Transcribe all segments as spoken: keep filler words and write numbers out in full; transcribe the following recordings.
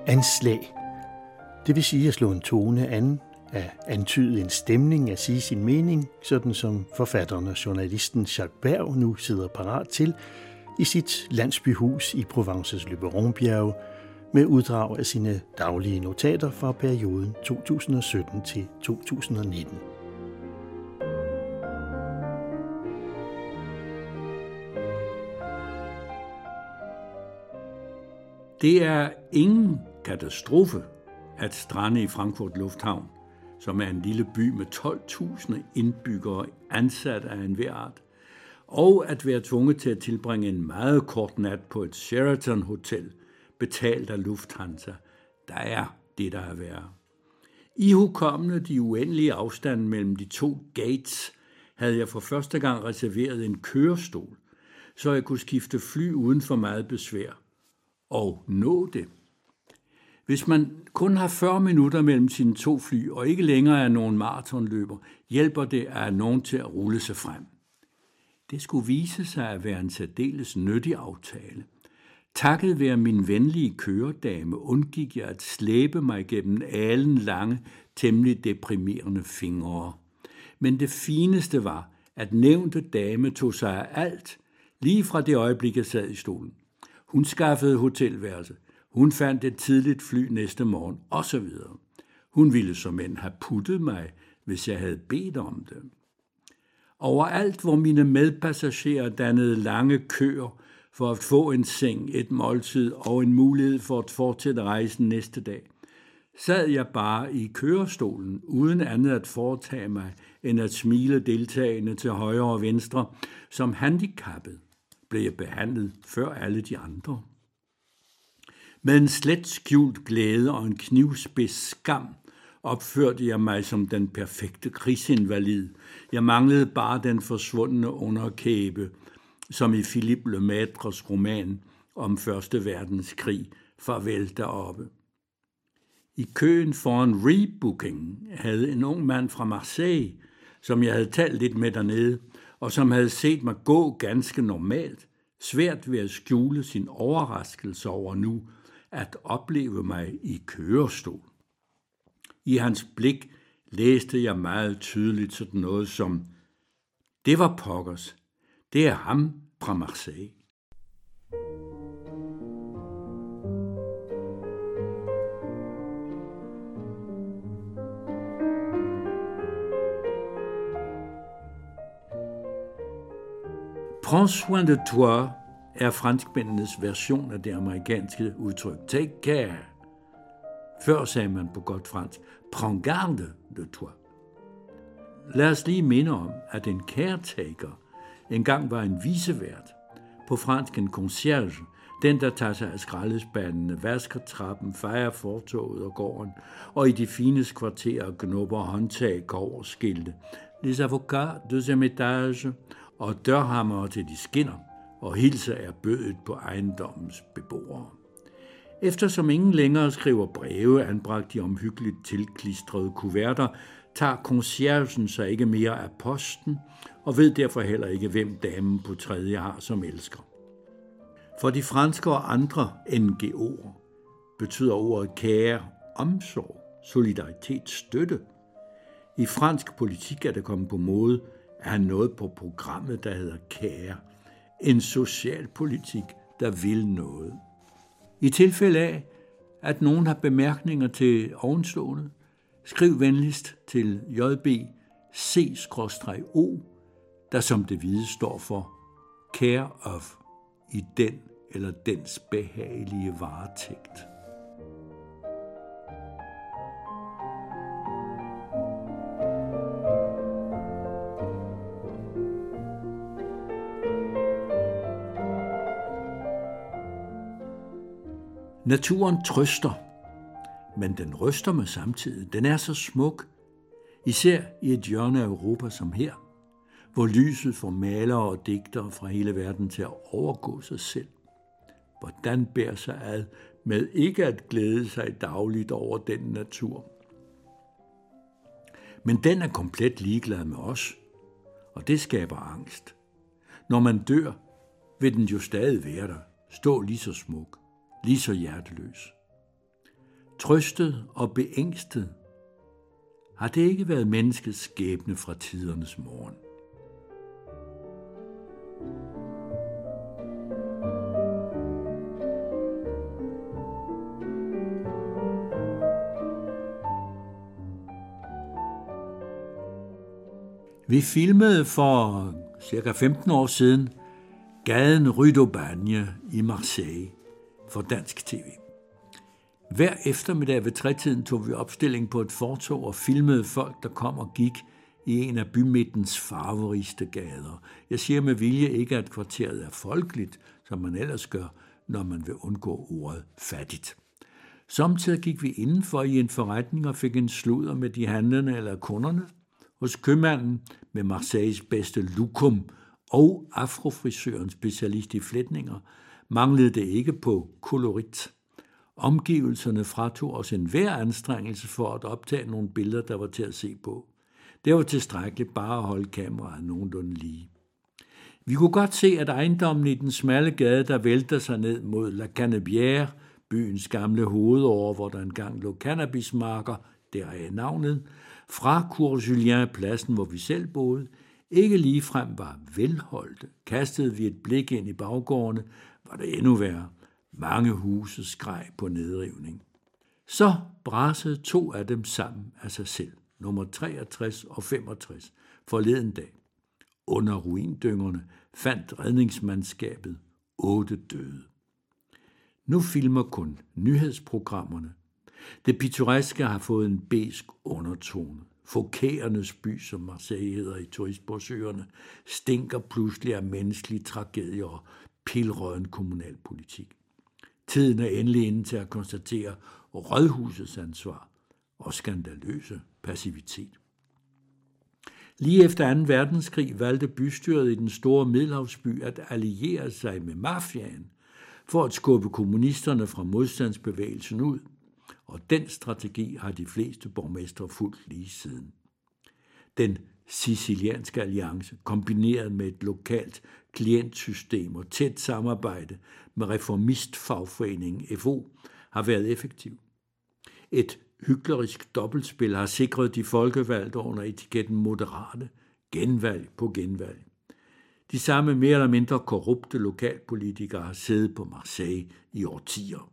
Anslag. Det vil sige at slå en tone an, at antyde en stemning, at sige sin mening, sådan som forfatteren og journalisten Jacques Berg nu sidder parat til i sit landsbyhus i Provences Le Baron-bjerge med uddrag af sine daglige notater fra perioden to tusind og sytten til to tusind og nitten. Det er ingen katastrofe at strande i Frankfurt Lufthavn, som er en lille by med tolv tusind indbyggere ansat af enhver art, og at være tvunget til at tilbringe en meget kort nat på et Sheraton-hotel, betalt af Lufthansa. Der er det, der er værre. Ihukommende de uendelige afstande mellem de to gates, havde jeg for første gang reserveret en kørestol, så jeg kunne skifte fly uden for meget besvær og nå det. Hvis man kun har fyrre minutter mellem sine to fly, og ikke længere er nogen maratonløber, hjælper det at have nogen til at rulle sig frem. Det skulle vise sig at være en særdeles nyttig aftale. Takket være min venlige køredame undgik jeg at slæbe mig gennem alen lange, temmelig deprimerende fingre. Men det fineste var, at nævnte dame tog sig af alt, lige fra det øjeblik, jeg sad i stolen. Hun skaffede hotelværelse. Hun fandt et tidligt fly næste morgen, osv. Hun ville såmænd have puttet mig, hvis jeg havde bedt om det. Overalt, hvor mine medpassagerer dannede lange køer for at få en seng, et måltid og en mulighed for at fortsætte rejsen næste dag, sad jeg bare i kørestolen, uden andet at foretage mig, end at smile deltagende til højre og venstre. Som handicappet blev jeg behandlet før alle de andre. Med en slet skjult glæde og en knivspids skam opførte jeg mig som den perfekte krigsinvalid. Jeg manglede bare den forsvundne underkæbe, som i Philippe Lemaitres roman om Første Verdenskrig, Farvel deroppe. I køen foran rebooking havde en ung mand fra Marseille, som jeg havde talt lidt med dernede, og som havde set mig gå ganske normalt, svært ved at skjule sin overraskelse over nu at opleve mig i kørestol. I hans blik læste jeg meget tydeligt sådan noget som, det var pokkers, det er ham fra Marseille. Prends soin de toi er franskmændenes version af det amerikanske udtryk take care. Før sagde man på godt fransk, prends garde de toi. Lad os lige minde om, at en caretaker engang var en vicevært. På fransk en concierge, den der tager sig af skraldespandene, vasker trappen, fejer fortovet og gården, og i de fines kvarterer knupper håndtag, kobberskilte, les avocats, deuxième étage, og dørhammer til de skinner, og hilser er bødet på ejendommens beboere. Eftersom ingen længere skriver breve anbragt i omhyggeligt tilklistrede kuverter, tager conciergen sig ikke mere af posten, og ved derfor heller ikke, hvem damen på tredje har som elsker. For de franske og andre N G O'er betyder ordet kære omsorg, solidaritet, støtte. I fransk politik er det kommet på mode at have noget på programmet, der hedder kære. En socialpolitik, der vil noget. I tilfælde af, at nogen har bemærkninger til ovenstående, skriv venligst til J B C O, der som det hvide står for Care of, i den eller dens behagelige varetægt. Naturen trøster, men den ryster mig samtidig. Den er så smuk, især i et hjørne af Europa som her, hvor lyset får malere og digtere fra hele verden til at overgå sig selv. Hvordan bærer sig ad med ikke at glæde sig dagligt over den natur? Men den er komplet ligeglad med os, og det skaber angst. Når man dør, vil den jo stadig være der, stå lige så smuk, lige så hjerteløs. trøstet og beængstet. Har det ikke været menneskets skæbne fra tidernes morgen? Vi filmede for cirka femten år siden gaden Rue d'Aubagne i Marseille for dansk tv. Hver eftermiddag ved tretiden tog vi opstilling på et fortov og filmede folk, der kom og gik i en af bymidtens farverigste gader. Jeg siger med vilje ikke, at kvarteret er folkeligt, som man ellers gør, når man vil undgå ordet fattigt. Samtidig gik vi indenfor i en forretning og fik en sludder med de handlende eller kunderne. Hos købmanden med Marseilles bedste lukum og afrofrisørens specialist i flætninger manglede det ikke på kolorit. Omgivelserne fratog os enhver anstrengelse for at optage nogle billeder, der var til at se på. Det var tilstrækkeligt bare at holde kameraet nogenlunde lige. Vi kunne godt se, at ejendommen i den smalle gade, der vælter sig ned mod La Canebière, byens gamle hovedår, hvor der engang lå cannabismarker, deraf navnet, fra Cours Julien, pladsen, hvor vi selv boede, ikke ligefrem var velholdte. Kastede vi et blik ind i baggårdene, var det endnu værre. Mange huse skreg på nedrivning. Så brasede to af dem sammen af sig selv, nummer treogtres og femogtres, forleden dag. Under ruindyngerne fandt redningsmandskabet otte døde. Nu filmer kun nyhedsprogrammerne. Det pittoreske har fået en besk undertone. Fokærernes by, som Marseille hedder i turistbrochurerne, stinker pludselig af menneskelige tragedier og pilråden kommunalpolitik. Tiden er endelig inde til at konstatere rådhusets ansvar og skandaløse passivitet. Lige efter anden verdenskrig valgte bystyret i den store middelhavsby at alliere sig med mafiaen for at skubbe kommunisterne fra modstandsbevægelsen ud, og den strategi har de fleste borgmestre fulgt lige siden. Den sicilianske alliance, kombineret med et lokalt klientsystem og tæt samarbejde med reformistfagforeningen F O, har været effektiv. Et hyklerisk dobbeltspil har sikret de folkevalgte under etiketten moderate genvalg på genvalg. De samme mere eller mindre korrupte lokalpolitikere har siddet på Marseille i årtier.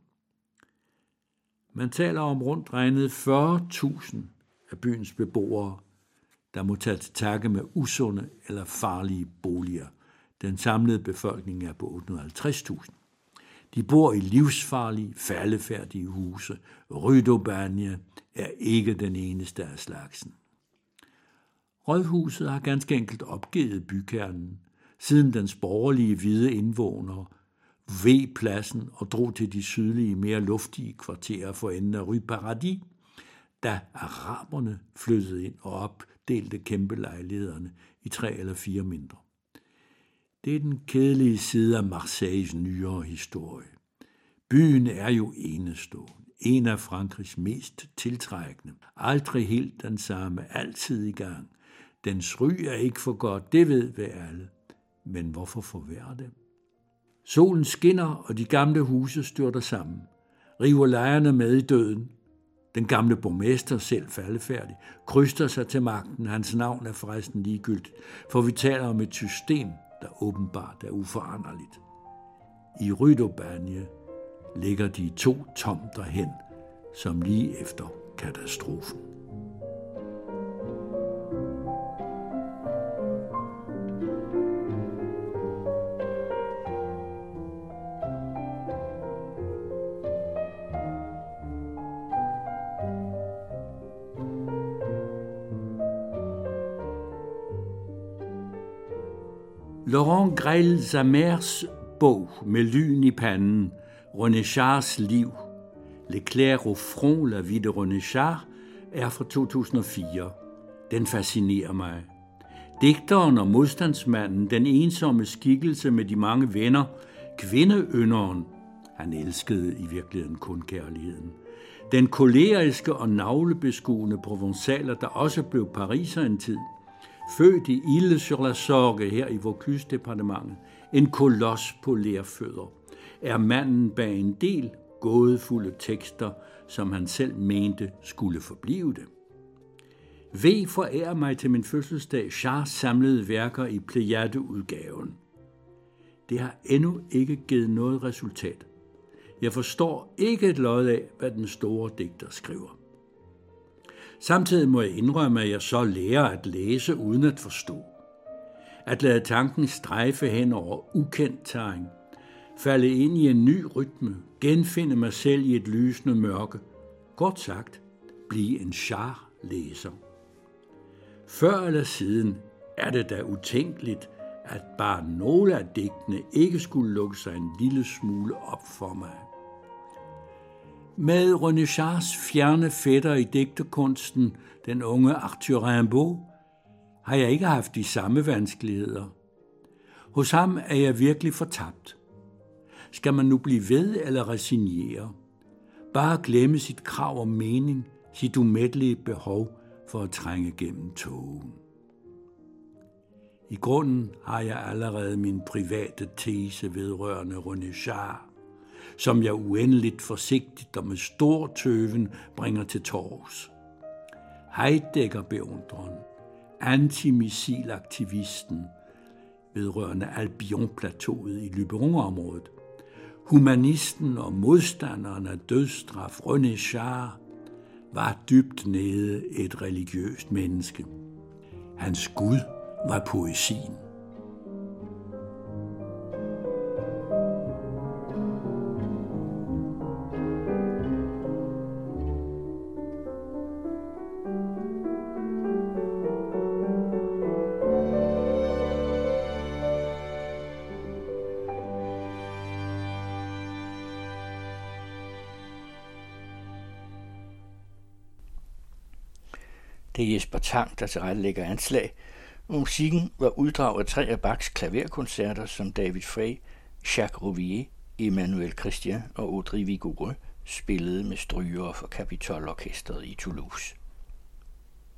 Man taler om rundt regnet fyrre tusind af byens beboere, der må tage til takke med usunde eller farlige boliger. Den samlede befolkning er på otte hundrede og halvtreds tusind. De bor i livsfarlige, faldefærdige huse. Rue d'Aubagne er ikke den eneste af slagsen. Rådhuset har ganske enkelt opgivet bykernen, siden dens borgerlige hvide indvånere veg pladsen og drog til de sydlige, mere luftige kvarterer for enden af Rue Paradis, da araberne flyttede ind og opdelte kæmpe lejlighederne i tre eller fire mindre. Det er den kedelige side af Marseilles nyere historie. Byen er jo enestående, en af Frankrigs mest tiltrækkende. Aldrig helt den samme, altid i gang. Dens ry er ikke for godt, det ved vi alle. Men hvorfor forværre det? Solen skinner, og de gamle huse styrter sammen. River lejerne med i døden. Den gamle borgmester, selv faldefærdig, kryster sig til magten. Hans navn er forresten ligegyldigt, for vi taler om et system, der åbenbart er uforanderligt. I Rue d'Aubagne ligger de to tomter hen, som lige efter katastrofen. Laurent Greil-Zamers bog med lyn i panden, René Chars liv, L'éclair au front, la vie de René Char, er fra to tusind og fire. Den fascinerer mig. Digteren og modstandsmanden, den ensomme skikkelse med de mange venner, kvindeynderen, han elskede i virkeligheden kun kærligheden. Den koleriske og navlebeskuende provençaler, der også blev pariser en tid, født i Ille-sur-la-Sorgue her i Vaucluse-departementet, en koloss på lerfødder, er manden bag en del gådefulde tekster, som han selv mente skulle forblive det. V forærer mig til min fødselsdag Chars samlede værker i Plejade-udgaven. Det har endnu ikke givet noget resultat. Jeg forstår ikke et lod af, hvad den store digter skriver. Samtidig må jeg indrømme, at jeg så lærer at læse uden at forstå. At lade tanken strejfe hen over ukendt terræn, falde ind i en ny rytme, genfinde mig selv i et lysende mørke. Kort sagt, blive en Char-læser. Før eller siden er det da utænkeligt, at bare nogle af digtene ikke skulle lukke sig en lille smule op for mig. Med René Chars fjerne fætter i digterkunsten, den unge Arthur Rimbaud, har jeg ikke haft de samme vanskeligheder. Hos ham er jeg virkelig fortabt. Skal man nu blive ved eller resignere? Bare glemme sit krav om mening, sit umættelige behov for at trænge gennem tågen. I grunden har jeg allerede min private tese vedrørende René Char, som jeg uendeligt forsigtigt og med stor tøven bringer til torvs. Heidegger-beundreren, antimissilaktivisten vedrørende Albion-plateauet i Luberon-området, humanisten og modstanderen af dødsstraf René Char, var dybt nede et religiøst menneske. Hans Gud var poesien. Det er Jesper Tang, der tilrettelægger anslag. Musikken var uddrag af tre af Bachs klaverkoncerter, som David Frey, Jacques Rouvier, Emmanuel Christian og Audrey Vigouroux spillede med strygere for Capitol Orkestret i Toulouse.